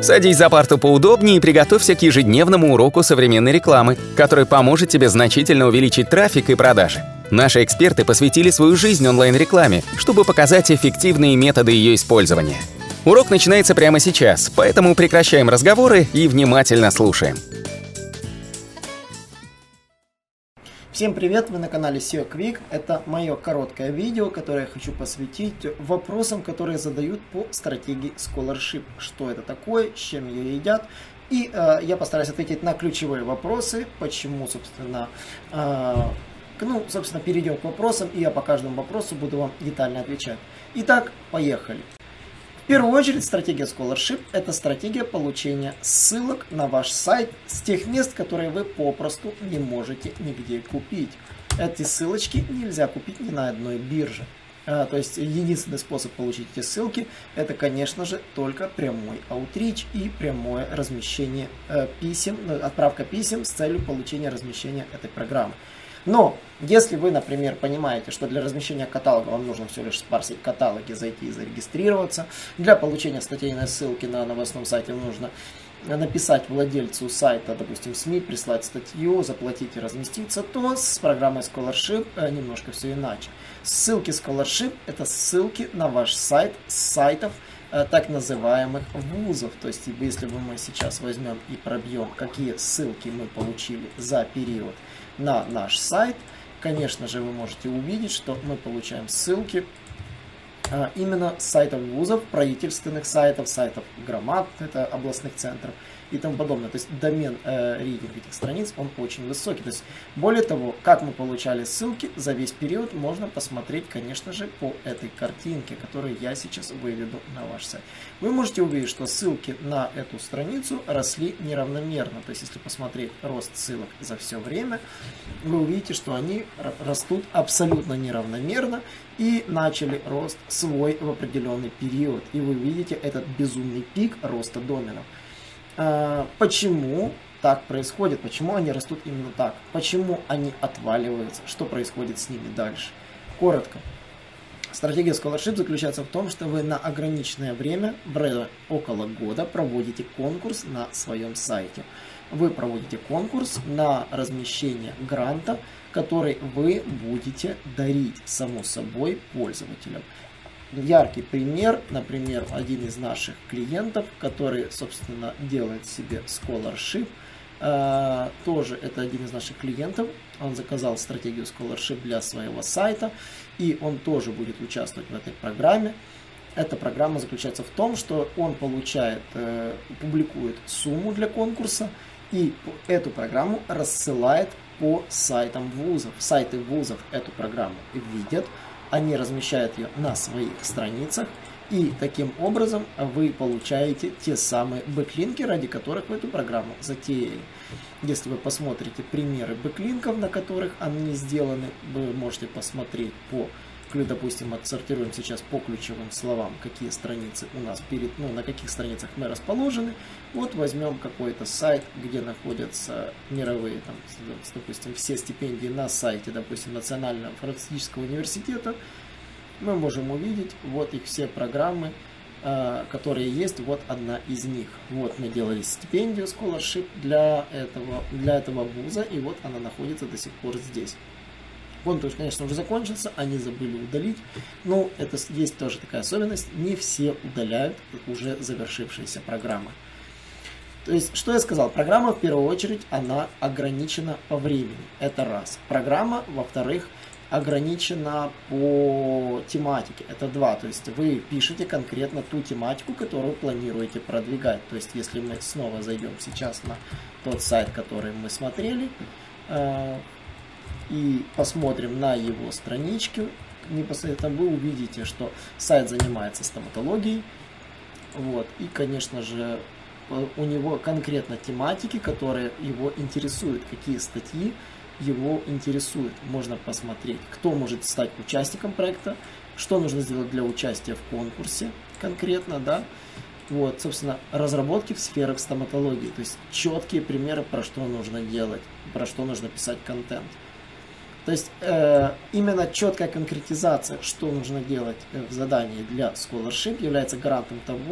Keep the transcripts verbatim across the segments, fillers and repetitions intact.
Садись за парту поудобнее и приготовься к ежедневному уроку современной рекламы, который поможет тебе значительно увеличить трафик и продажи. Наши эксперты посвятили свою жизнь онлайн-рекламе, чтобы показать эффективные методы ее использования. Урок начинается прямо сейчас, поэтому прекращаем разговоры и внимательно слушаем. Всем привет! Вы на канале эс и о Quick. Это мое короткое видео, которое я хочу посвятить вопросам, которые задают по стратегии Scholarship. Что это такое, с чем ее едят. И э, я постараюсь ответить на ключевые вопросы, почему, собственно, э, ну, собственно, перейдем к вопросам, и я по каждому вопросу буду вам детально отвечать. Итак, поехали. В первую очередь, стратегия Scholarship – это стратегия получения ссылок на ваш сайт с тех мест, которые вы попросту не можете нигде купить. Эти ссылочки нельзя купить ни на одной бирже. А, то есть, единственный способ получить эти ссылки – это, конечно же, только прямой аутрич и прямое размещение э, писем, отправка писем с целью получения размещения этой программы. Но, если вы, например, понимаете, что для размещения каталога вам нужно всего лишь спарсить каталоги, зайти и зарегистрироваться, для получения статейной ссылки на новостном сайте нужно написать владельцу сайта, допустим, СМИ, прислать статью, заплатить и разместиться, то с программой Scholarship немножко все иначе. Ссылки Scholarship – это ссылки на ваш сайт с сайтов так называемых вузов. То есть, если мы сейчас возьмем и пробьем, какие ссылки мы получили за период на наш сайт, конечно же, вы можете увидеть, что мы получаем ссылки а, именно с сайтов вузов, правительственных сайтов, сайтов громад, это областных центров и тому подобное. То есть домен э, рейтинг этих страниц, он очень высокий. То есть, более того, как мы получали ссылки за весь период, можно посмотреть, конечно же, по этой картинке, которую я сейчас выведу на ваш сайт. Вы можете увидеть, что ссылки на эту страницу росли неравномерно. То есть, если посмотреть рост ссылок за все время, вы увидите, что они растут абсолютно неравномерно и начали рост свой в определенный период. И вы видите этот безумный пик роста доменов. Почему так происходит? Почему они растут именно так? Почему они отваливаются? Что происходит с ними дальше? Коротко. Стратегия Scholarship заключается в том, что вы на ограниченное время, около года, проводите конкурс на своем сайте. Вы проводите конкурс на размещение гранта, который вы будете дарить, само собой, пользователям. Яркий пример, например, один из наших клиентов, который, собственно, делает себе Scholarship, э, тоже это один из наших клиентов, он заказал стратегию Scholarship для своего сайта, и он тоже будет участвовать в этой программе. Эта программа заключается в том, что он получает, э, публикует сумму для конкурса, и эту программу рассылает по сайтам вузов. Сайты вузов эту программу видят, они размещают ее на своих страницах, и таким образом вы получаете те самые бэклинки, ради которых вы эту программу затеяли. Если вы посмотрите примеры бэклинков, на которых они сделаны, вы можете посмотреть по, допустим, отсортируем сейчас по ключевым словам, какие страницы у нас перед, ну, на каких страницах мы расположены. Вот возьмем какой-то сайт, где находятся мировые, там, допустим, все стипендии на сайте, допустим, Национального фармацевтического университета. Мы можем увидеть вот их все программы, которые есть, вот одна из них. Вот мы делали стипендию Scholarship для этого, для этого вуза, и вот она находится до сих пор здесь. Конкурс, конечно, уже закончился, они забыли удалить, но это есть тоже такая особенность, не все удаляют уже завершившиеся программы. То есть, что я сказал, программа в первую очередь, она ограничена по времени, это раз. Программа, во-вторых, ограничена по тематике, это два. То есть, вы пишете конкретно ту тематику, которую планируете продвигать. То есть, если мы снова зайдем сейчас на тот сайт, который мы смотрели, и посмотрим на его страничку, непосредственно вы увидите, что сайт занимается стоматологией. Вот. И, конечно же, у него конкретно тематики, которые его интересуют, какие статьи его интересуют. Можно посмотреть, кто может стать участником проекта, что нужно сделать для участия в конкурсе конкретно, да. Вот, собственно, разработки в сферах стоматологии, то есть четкие примеры, про что нужно делать, про что нужно писать контент. То есть э, именно четкая конкретизация, что нужно делать в задании для Scholarship, является гарантом того,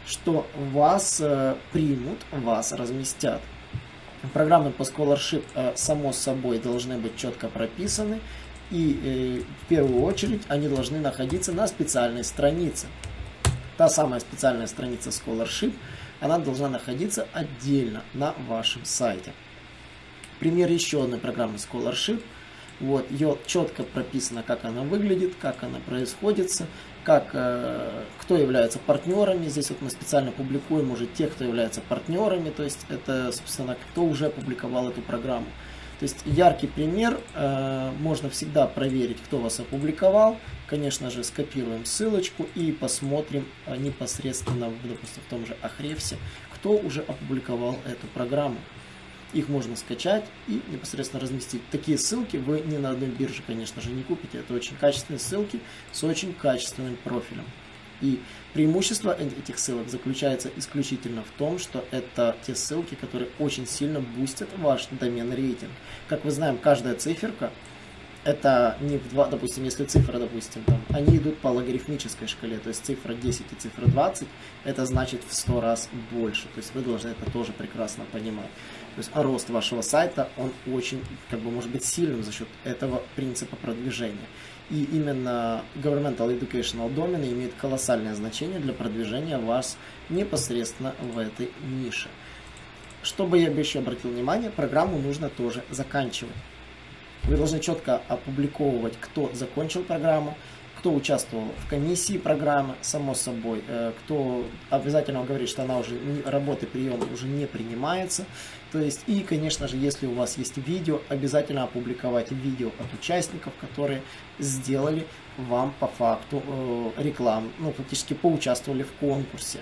что вас э, примут, вас разместят. Программы по Scholarship, э, само собой, должны быть четко прописаны, и э, в первую очередь они должны находиться на специальной странице. Та самая специальная страница Scholarship, она должна находиться отдельно на вашем сайте. Пример еще одной программы Scholarship. Вот, ее четко прописано, как она выглядит, как она происходит, как, э, кто является партнерами. Здесь вот мы специально публикуем уже тех, кто является партнерами, то есть это, собственно, кто уже опубликовал эту программу. То есть яркий пример, э, можно всегда проверить, кто вас опубликовал. Конечно же, скопируем ссылочку и посмотрим э, непосредственно, допустим, в том же Ahrefs, кто уже опубликовал эту программу. Их можно скачать и непосредственно разместить. Такие ссылки вы ни на одной бирже, конечно же, не купите. Это очень качественные ссылки с очень качественным профилем. И преимущество этих ссылок заключается исключительно в том, что это те ссылки, которые очень сильно бустят ваш домен рейтинг. Как мы знаем, каждая циферка, это не в два, допустим, если цифра, допустим, там, они идут по логарифмической шкале, то есть цифра десять и цифра двадцать, это значит в сто раз больше. То есть вы должны это тоже прекрасно понимать. То есть а рост вашего сайта, он очень, как бы, может быть сильным за счет этого принципа продвижения. И именно Governmental Educational Domain имеет колоссальное значение для продвижения вас непосредственно в этой нише. Чтобы я бы еще обратил внимание, программу нужно тоже заканчивать. Вы должны четко опубликовывать, кто закончил программу, кто участвовал в комиссии программы, само собой, кто обязательно говорит, что она уже, работы приема уже не принимается. То есть, и, конечно же, если у вас есть видео, обязательно опубликовать видео от участников, которые сделали вам по факту э, рекламу, ну, фактически поучаствовали в конкурсе.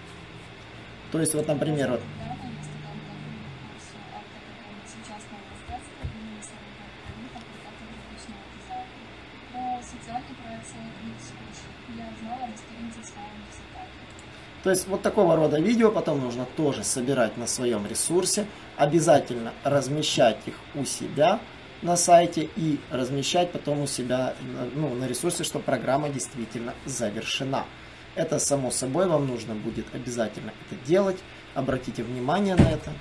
То есть, вот, например, вот, То есть вот такого рода видео потом нужно тоже собирать на своем ресурсе, обязательно размещать их у себя на сайте и размещать потом у себя, ну, на ресурсе, что программа действительно завершена. Это само собой вам нужно будет обязательно это делать, обратите внимание на это.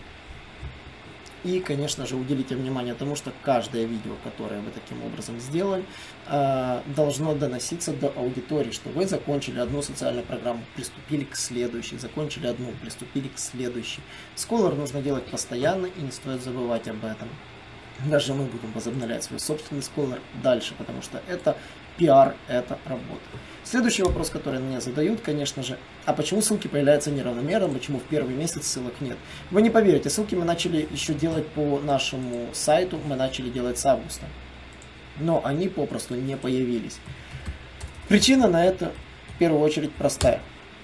И, конечно же, уделите внимание тому, что каждое видео, которое вы таким образом сделали, должно доноситься до аудитории, что вы закончили одну социальную программу, приступили к следующей, закончили одну, приступили к следующей. Scholar нужно делать постоянно, и не стоит забывать об этом. Даже мы будем возобновлять свой собственный Scholar дальше, потому что это пиар, это работа. Следующий вопрос, который мне задают, конечно же, а почему ссылки появляются неравномерно, почему в первый месяц ссылок нет? Вы не поверите, ссылки мы начали еще делать по нашему сайту, мы начали делать с августа, но они попросту не появились. Причина на это в первую очередь простая.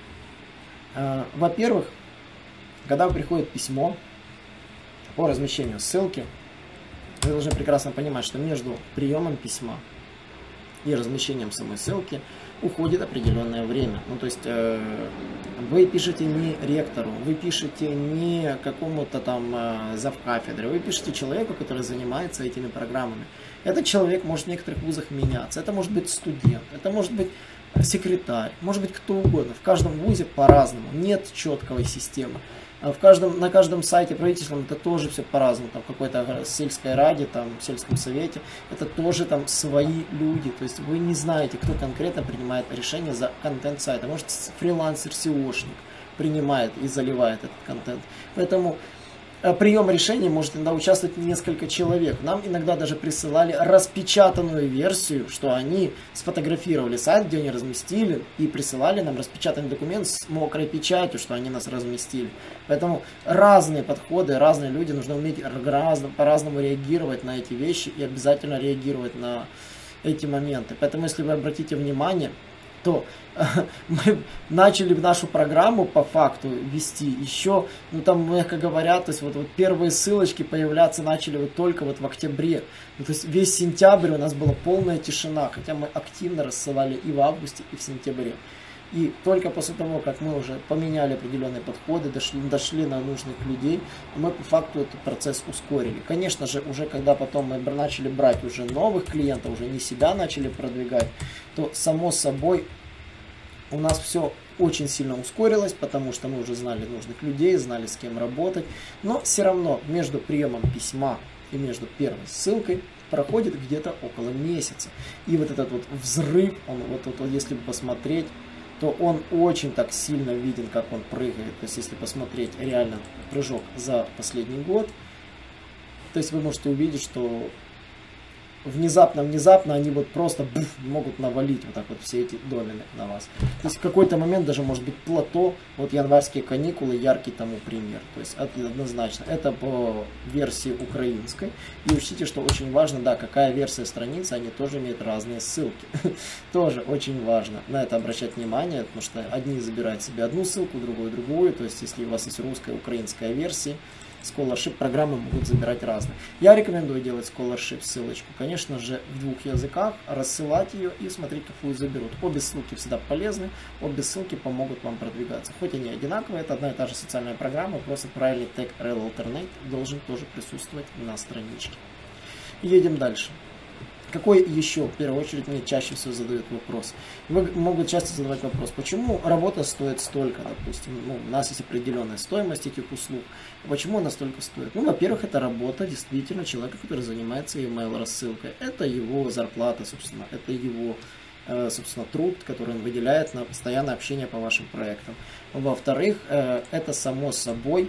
Во-первых, когда приходит письмо по размещению ссылки, вы должны прекрасно понимать, что между приемом письма и размещением самой ссылки уходит определенное время. Ну, то есть э, вы пишете не ректору, вы пишете не какому-то там э, завкафедре, вы пишете человеку, который занимается этими программами. Этот человек может в некоторых вузах меняться, это может быть студент, это может быть секретарь, может быть кто угодно. В каждом вузе по-разному, нет четкой системы. В каждом, на каждом сайте правительственном это тоже все по-разному. Там в какой-то сельской раде, там в сельском совете, это тоже там свои люди. То есть вы не знаете, кто конкретно принимает решение за контент сайта. Может, фрилансер-сеошник принимает и заливает этот контент. Поэтому прием решений может иногда участвовать несколько человек. Нам иногда даже присылали распечатанную версию, что они сфотографировали сайт, где они разместили, и присылали нам распечатанный документ с мокрой печатью, что они нас разместили. Поэтому разные подходы, разные люди, нужно уметь по-разному реагировать на эти вещи и обязательно реагировать на эти моменты. Поэтому, если вы обратите внимание, то мы начали нашу программу по факту вести еще, ну там, мягко говоря, то есть вот, вот первые ссылочки появляться начали вот только вот в октябре. Ну, то есть весь сентябрь у нас была полная тишина, хотя мы активно рассылали и в августе, и в сентябре. И только после того, как мы уже поменяли определенные подходы, дошли, дошли на нужных людей, мы по факту этот процесс ускорили. Конечно же, уже когда потом мы начали брать уже новых клиентов, уже не себя начали продвигать, то само собой у нас все очень сильно ускорилось, потому что мы уже знали нужных людей, знали с кем работать. Но все равно между приемом письма и между первой ссылкой проходит где-то около месяца. И вот этот вот взрыв, он, вот, вот, вот если посмотреть, то он очень так сильно виден, как он прыгает. То есть если посмотреть реально прыжок за последний год, то есть вы можете увидеть, что внезапно-внезапно они вот просто буф, могут навалить вот так вот все эти домены на вас. То есть в какой-то момент даже может быть плато, вот январские каникулы, яркий тому пример. То есть однозначно, это по версии украинской. И учтите, что очень важно, да, какая версия страницы, они тоже имеют разные ссылки. Тоже очень важно на это обращать внимание, потому что одни забирают себе одну ссылку, другую другую. То есть если у вас есть русская и украинская версии, Scholarship программы могут забирать разные. Я рекомендую делать Scholarship ссылочку, конечно же, в двух языках, рассылать ее и смотреть, какую заберут. Обе ссылки всегда полезны, обе ссылки помогут вам продвигаться. Хоть они одинаковые, это одна и та же социальная программа, просто правильный тег рел alternate должен тоже присутствовать на страничке. Едем дальше. Какой еще, в первую очередь, мне чаще всего задают вопрос? Вы могут часто задавать вопрос, почему работа стоит столько, допустим, ну, у нас есть определенная стоимость этих услуг, почему она столько стоит? Ну, во-первых, это работа действительно человека, который занимается email рассылкой, это его зарплата, собственно, это его, собственно, труд, который он выделяет на постоянное общение по вашим проектам. Во-вторых, это само собой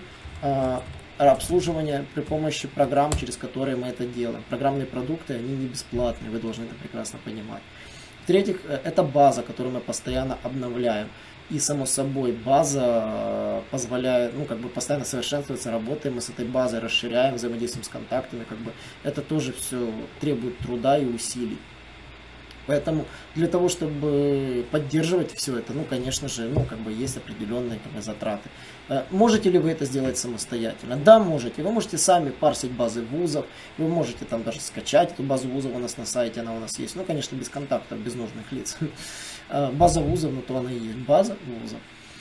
обслуживание при помощи программ, через которые мы это делаем. Программные продукты, они не бесплатные, вы должны это прекрасно понимать. В-третьих, это база, которую мы постоянно обновляем. И, само собой, база позволяет, ну, как бы постоянно совершенствоваться, работаем мы с этой базой, расширяем, взаимодействуем с контактами, как бы это тоже все требует труда и усилий. Поэтому для того, чтобы поддерживать все это, ну, конечно же, ну, как бы есть определенные как бы, затраты. Можете ли вы это сделать самостоятельно? Да, можете. Вы можете сами парсить базы вузов, вы можете там даже скачать эту базу вузов у нас на сайте, она у нас есть. Ну, конечно, без контактов, без нужных лиц. База вузов, ну, то она и есть база вузов.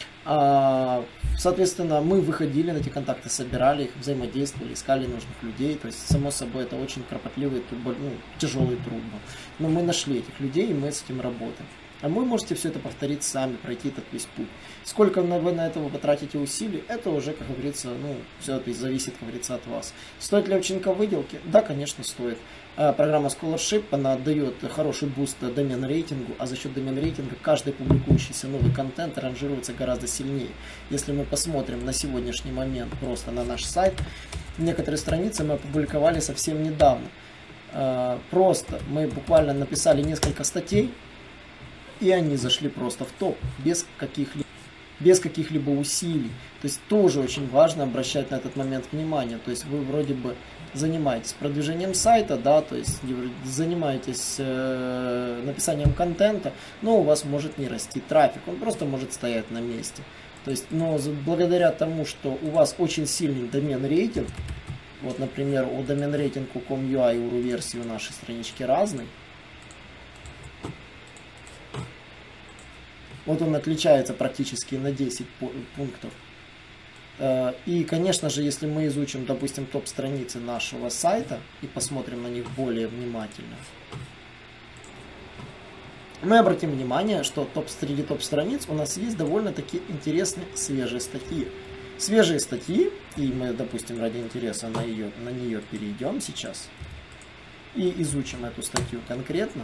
Соответственно, мы выходили на эти контакты, собирали их, взаимодействовали, искали нужных людей. То есть, само собой, это очень кропотливый, ну, тяжелый труд был. Но мы нашли этих людей, и мы с этим работаем. А вы можете все это повторить сами, пройти этот весь путь. Сколько вы на это потратите усилий, это уже, как говорится, ну, все это зависит, как говорится, от вас. Стоит ли ученика выделки? Да, конечно, стоит. Программа Scholarship, она дает хороший буст домен-рейтингу, а за счет домен-рейтинга каждый публикующийся новый контент ранжируется гораздо сильнее. Если мы посмотрим на сегодняшний момент просто на наш сайт, некоторые страницы мы опубликовали совсем недавно. Просто мы буквально написали несколько статей, и они зашли просто в топ, без каких-либо без каких-либо усилий. То есть тоже очень важно обращать на этот момент внимание. То есть вы вроде бы занимаетесь продвижением сайта, да, то есть занимаетесь э, написанием контента, но у вас может не расти трафик, он просто может стоять на месте. То есть, но благодаря тому, что у вас очень сильный домен-рейтинг, вот, например, у домен-рейтинг у ком ю ай и у версии у нашей странички разный, вот он отличается практически на десять пунктов. И, конечно же, если мы изучим, допустим, топ-страницы нашего сайта и посмотрим на них более внимательно, мы обратим внимание, что топ, среди топ-страниц у нас есть довольно-таки интересные свежие статьи. Свежие статьи, и мы, допустим, ради интереса на, ее, на нее перейдем сейчас и изучим эту статью конкретно.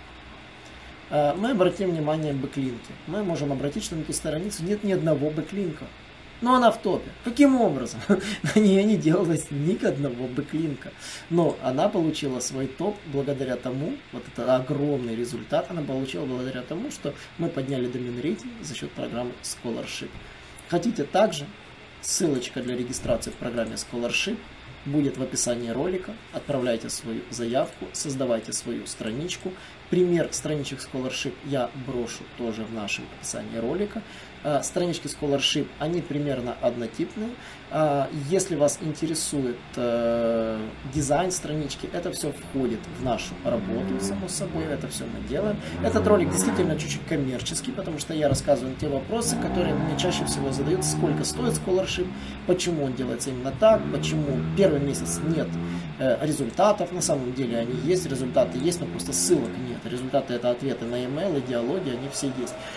Мы обратим внимание на бэклинки. Мы можем обратить, что на эту страницу нет ни одного бэклинка. Но она в топе. Каким образом? На нее не делалось ни одного бэклинка. Но она получила свой топ благодаря тому, вот это огромный результат, она получила благодаря тому, что мы подняли домен-рейтинг за счет программы Scholarship. Хотите также? Ссылочка для регистрации в программе Scholarship будет в описании ролика. Отправляйте свою заявку, создавайте свою страничку. Пример страничек Scholarship я брошу тоже в нашем описании ролика. Странички Scholarship, они примерно однотипные. Если вас интересует дизайн странички, это все входит в нашу работу, само собой, это все мы делаем. Этот ролик действительно чуть-чуть коммерческий, потому что я рассказываю те вопросы, которые мне чаще всего задают, сколько стоит Scholarship, почему он делается именно так, почему первый месяц нет результатов, на самом деле они есть, результаты есть, но просто ссылок нет. Результаты — это ответы на e-mail, диалоги, они все есть.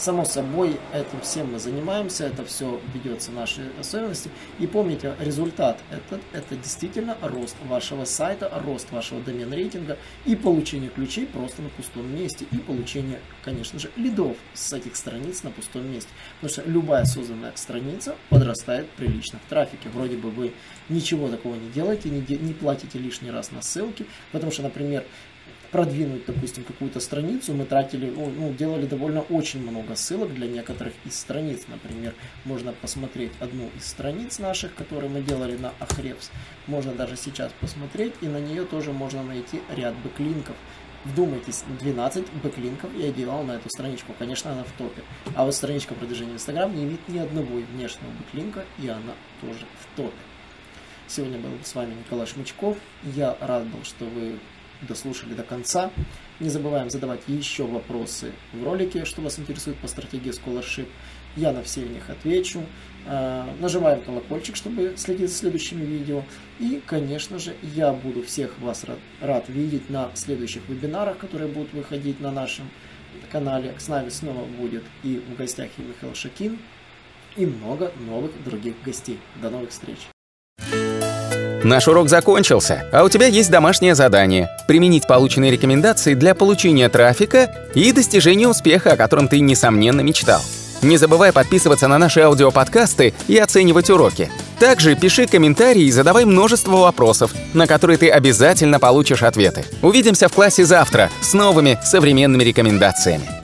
Само собой, этим всем мы занимаемся, это все ведется в нашей особенности. И помните, результат этот, это действительно рост вашего сайта, рост вашего домен-рейтинга и получение ключей просто на пустом месте. И получение, конечно же, лидов с этих страниц на пустом месте. Потому что любая созданная страница подрастает прилично в трафике. Вроде бы вы ничего такого не делаете, не, де- не платите лишний раз на ссылки, потому что, например, продвинуть, допустим, какую-то страницу, мы тратили, ну, делали довольно очень много ссылок для некоторых из страниц. Например, можно посмотреть одну из страниц наших, которые мы делали на Ahrefs. Можно даже сейчас посмотреть, и на нее тоже можно найти ряд бэклинков. Вдумайтесь, двенадцать бэклинков я делал на эту страничку. Конечно, она в топе. А вот страничка продвижения в Instagram не имеет ни одного внешнего бэклинка, и она тоже в топе. Сегодня был с вами Николай Шмычков. Я рад был, что вы дослушали до конца. Не забываем задавать еще вопросы в ролике, что вас интересует по стратегии Scholarship. Я на все них отвечу. Нажимаем колокольчик, чтобы следить за следующими видео. И, конечно же, я буду всех вас рад, рад видеть на следующих вебинарах, которые будут выходить на нашем канале. С нами снова будет и в гостях и Михаил Шакин, и много новых других гостей. До новых встреч! Наш урок закончился, а у тебя есть домашнее задание – применить полученные рекомендации для получения трафика и достижения успеха, о котором ты, несомненно, мечтал. Не забывай подписываться на наши аудиоподкасты и оценивать уроки. Также пиши комментарии и задавай множество вопросов, на которые ты обязательно получишь ответы. Увидимся в классе завтра с новыми современными рекомендациями.